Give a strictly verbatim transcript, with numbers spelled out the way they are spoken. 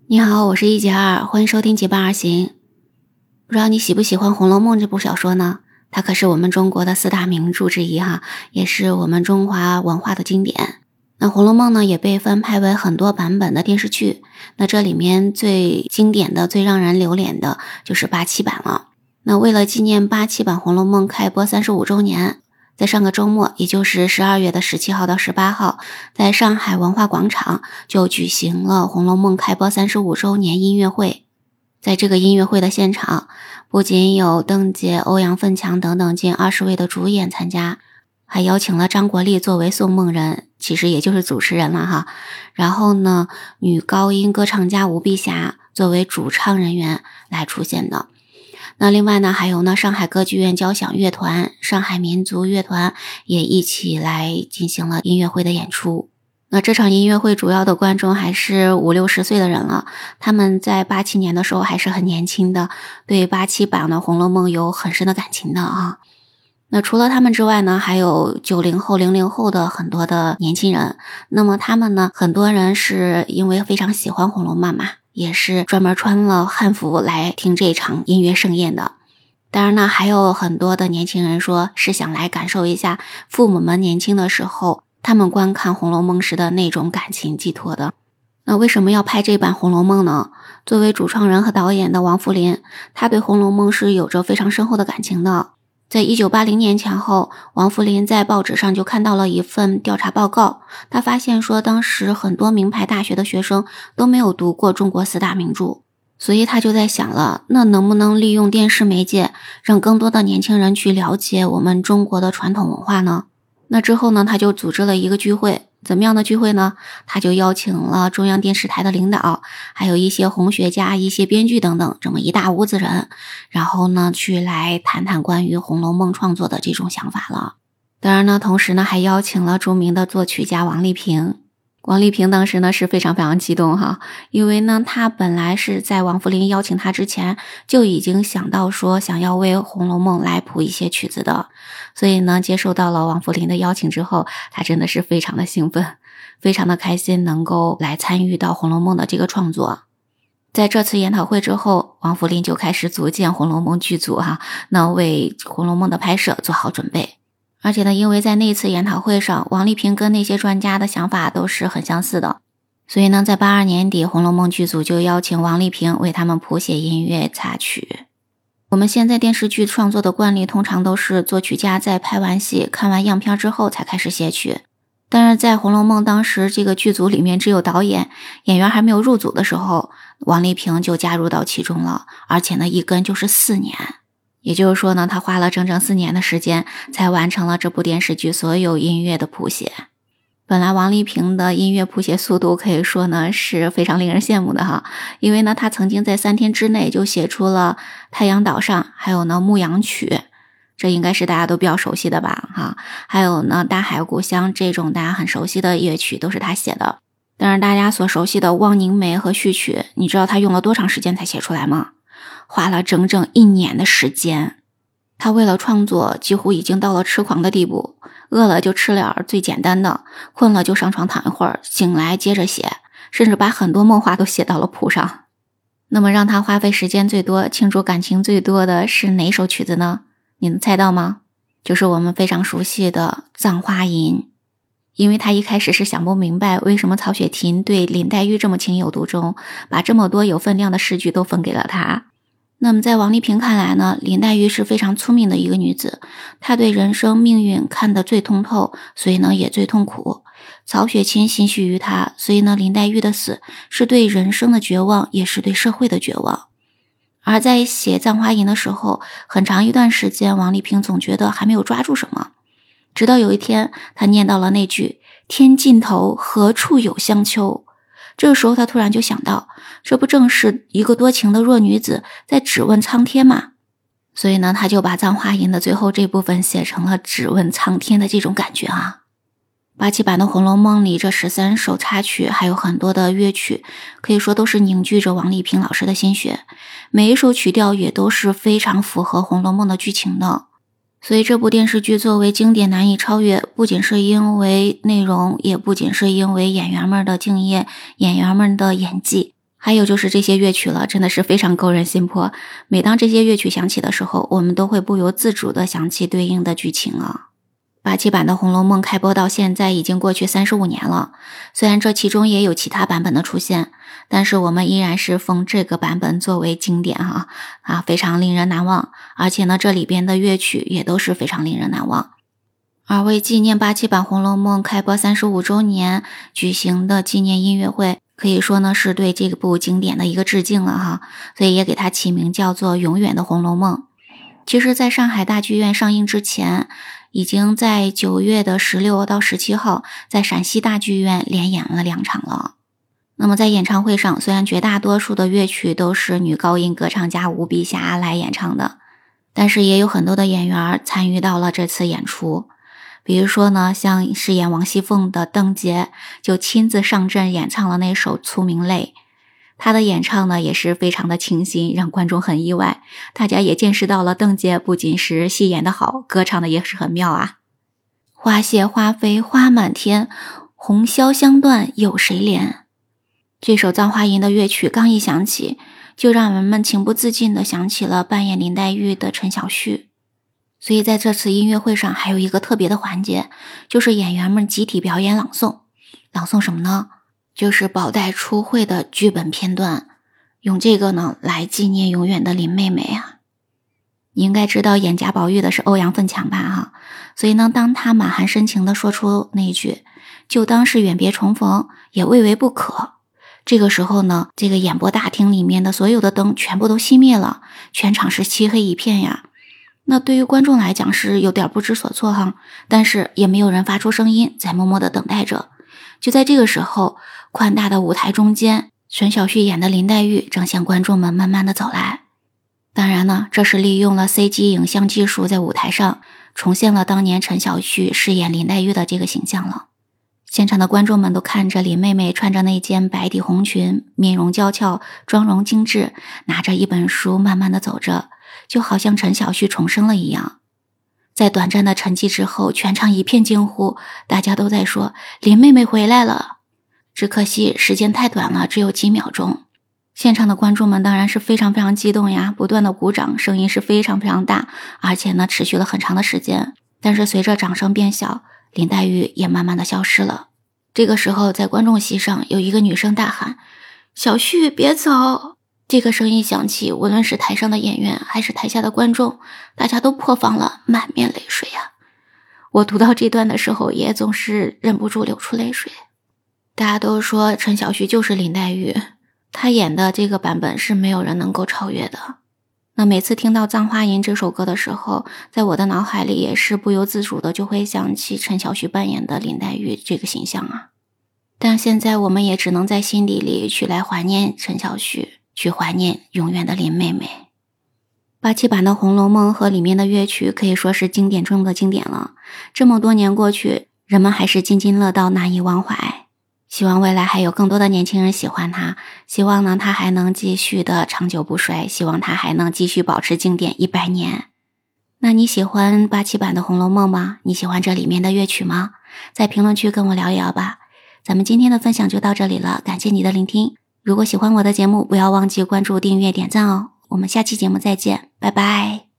你好，我是一杰二，欢迎收听结伴而行。不知道你喜不喜欢《红楼梦》这部小说呢？它可是我们中国的四大名著之一哈，也是我们中华文化的经典。那《红楼梦》呢，也被翻拍为很多版本的电视剧。那这里面最经典的、最让人留恋的就是八七版了。那为了纪念八七版《红楼梦》开播三十五周年，在上个周末，也就是十二月的十七号到十八号，在上海文化广场就举行了《红楼梦》开播三十五周年音乐会。在这个音乐会的现场，不仅有邓婕、欧阳奋强等等近二十位的主演参加，还邀请了张国立作为宋梦人，其实也就是主持人了哈。然后呢，女高音歌唱家吴碧霞作为主唱人员来出现的。那另外呢，还有呢，上海歌剧院交响乐团、上海民族乐团也一起来进行了音乐会的演出。那这场音乐会主要的观众还是五六十岁的人了，他们在八七年的时候还是很年轻的，对八七版的《红楼梦》有很深的感情的啊。那除了他们之外呢，还有九零后、零零后的很多的年轻人。那么他们呢，很多人是因为非常喜欢《红楼梦》嘛，也是专门穿了汉服来听这场音乐盛宴的。当然呢，还有很多的年轻人说是想来感受一下父母们年轻的时候他们观看《红楼梦》时的那种感情寄托的。那为什么要拍这版《红楼梦》呢？作为主创人和导演的王扶林，他对《红楼梦》是有着非常深厚的感情的。在一九八零年前后，王扶林在报纸上就看到了一份调查报告，他发现说当时很多名牌大学的学生都没有读过中国四大名著，所以他就在想了，那能不能利用电视媒介让更多的年轻人去了解我们中国的传统文化呢？那之后呢，他就组织了一个聚会。怎么样的聚会呢？他就邀请了中央电视台的领导，还有一些红学家、一些编剧等等，这么一大屋子人，然后呢，去来谈谈关于《红楼梦》创作的这种想法了。当然呢，同时呢，还邀请了著名的作曲家王丽萍。王丽萍当时呢是非常非常激动哈，因为呢她本来是在王扶林邀请她之前就已经想到说想要为《红楼梦》来谱一些曲子的，所以呢接受到了王扶林的邀请之后，她真的是非常的兴奋，非常的开心能够来参与到《红楼梦》的这个创作。在这次研讨会之后，王扶林就开始组建《红楼梦》剧组哈，那为《红楼梦》的拍摄做好准备。而且呢，因为在那次研讨会上，王丽萍跟那些专家的想法都是很相似的，所以呢，在八二年底，《红楼梦》剧组就邀请王丽萍为他们谱写音乐插曲。我们现在电视剧创作的惯例，通常都是作曲家在拍完戏、看完样片之后才开始写曲。但是在《红楼梦》当时这个剧组里面只有导演，演员还没有入组的时候，王丽萍就加入到其中了，而且呢，一跟就是四年。也就是说呢，他花了整整四年的时间才完成了这部电视剧所有音乐的谱写。本来王丽萍的音乐谱写速度可以说呢是非常令人羡慕的哈，因为呢他曾经在三天之内就写出了《太阳岛上》，还有呢《牧羊曲》，这应该是大家都比较熟悉的吧哈。还有呢《大海故乡》这种大家很熟悉的乐曲都是他写的。但是大家所熟悉的《望凝眉》和序曲，你知道他用了多长时间才写出来吗？花了整整一年的时间。他为了创作几乎已经到了痴狂的地步，饿了就吃点最简单的，困了就上床躺一会儿，醒来接着写，甚至把很多梦话都写到了谱上。那么让他花费时间最多、倾注感情最多的是哪首曲子呢？你能猜到吗？就是我们非常熟悉的《葬花吟》。因为他一开始是想不明白为什么曹雪芹对林黛玉这么情有独钟，把这么多有分量的诗句都分给了他。那么在王丽萍看来呢，林黛玉是非常聪明的一个女子，她对人生命运看得最通透，所以呢也最痛苦。曹雪芹心系于她，所以呢林黛玉的死是对人生的绝望，也是对社会的绝望。而在写《葬花吟》的时候，很长一段时间王丽萍总觉得还没有抓住什么，直到有一天她念到了那句天尽头何处有香丘，这个时候他突然就想到，这不正是一个多情的弱女子在质问苍天吗？所以呢，他就把《葬花吟》的最后这部分写成了质问苍天的这种感觉啊。八七版的《红楼梦》里这十三首插曲还有很多的乐曲，可以说都是凝聚着王丽萍老师的心血，每一首曲调也都是非常符合《红楼梦》的剧情的。所以这部电视剧作为经典难以超越，不仅是因为内容，也不仅是因为演员们的敬业，演员们的演技， 还有就是这些乐曲了，真的是非常勾人心魄。每当这些乐曲响起的时候，我们都会不由自主地想起对应的剧情啊。八七版的《红楼梦》开播到现在已经过去三十五年了，虽然这其中也有其他版本的出现，但是我们依然是封这个版本作为经典哈啊，非常令人难忘。而且呢，这里边的乐曲也都是非常令人难忘。而为纪念八七版《红楼梦》开播三十五周年举行的纪念音乐会，可以说呢是对这部经典的一个致敬了哈，所以也给它起名叫做《永远的红楼梦》。其实在上海大剧院上映之前，已经在九月的十六到十七号在陕西大剧院连演了两场了。那么在演唱会上，虽然绝大多数的乐曲都是女高音歌唱家吴碧霞来演唱的，但是也有很多的演员参与到了这次演出。比如说呢，像饰演王熙凤的邓婕就亲自上阵演唱了那首《粗明泪》，她的演唱呢也是非常的清新，让观众很意外。大家也见识到了邓婕不仅是戏演的好，歌唱的也是很妙啊。花谢花飞花满天，红绡香断有谁怜。这首《葬花吟》的乐曲刚一响起，就让人们情不自禁地想起了扮演林黛玉的陈小旭。所以在这次音乐会上还有一个特别的环节，就是演员们集体表演朗诵。朗诵什么呢？就是宝黛初会的剧本片段，用这个呢来纪念永远的林妹妹啊。你应该知道演贾宝玉的是欧阳奋强吧哈，所以呢当他满含深情地说出那一句就当是远别重逢，也未为不可，这个时候呢，这个演播大厅里面的所有的灯全部都熄灭了，全场是漆黑一片呀。那对于观众来讲是有点不知所措哈，但是也没有人发出声音，在默默的等待着。就在这个时候，宽大的舞台中间，陈小旭演的林黛玉正向观众们慢慢的走来。当然呢，这是利用了 C G 影像技术，在舞台上重现了当年陈小旭饰演林黛玉的这个形象了。现场的观众们都看着林妹妹穿着那件白底红裙，面容娇俏，妆容精致，拿着一本书慢慢的走着，就好像陈小旭重生了一样。在短暂的沉寂之后，全场一片惊呼，大家都在说林妹妹回来了。只可惜时间太短了，只有几秒钟。现场的观众们当然是非常非常激动呀，不断的鼓掌，声音是非常非常大，而且呢持续了很长的时间。但是随着掌声变小，林黛玉也慢慢的消失了。这个时候在观众席上有一个女生大喊，小旭别走。这个声音响起，无论是台上的演员还是台下的观众，大家都破防了，满面泪水啊。我读到这段的时候也总是忍不住流出泪水。大家都说陈小旭就是林黛玉，她演的这个版本是没有人能够超越的。那每次听到《葬花吟》这首歌的时候，在我的脑海里也是不由自主的就会想起陈小旭扮演的林黛玉这个形象啊。但现在我们也只能在心底里去来怀念陈小旭，去怀念永远的林妹妹。八七版的《红楼梦》和里面的乐曲可以说是经典中的经典了，这么多年过去，人们还是津津乐道，难以忘怀。希望未来还有更多的年轻人喜欢它，希望呢它还能继续的长久不衰，希望它还能继续保持经典一百年。那你喜欢八七版的《红楼梦》吗？你喜欢这里面的乐曲吗？在评论区跟我聊一聊吧。咱们今天的分享就到这里了，感谢你的聆听。如果喜欢我的节目，不要忘记关注、订阅、点赞哦。我们下期节目再见，拜拜。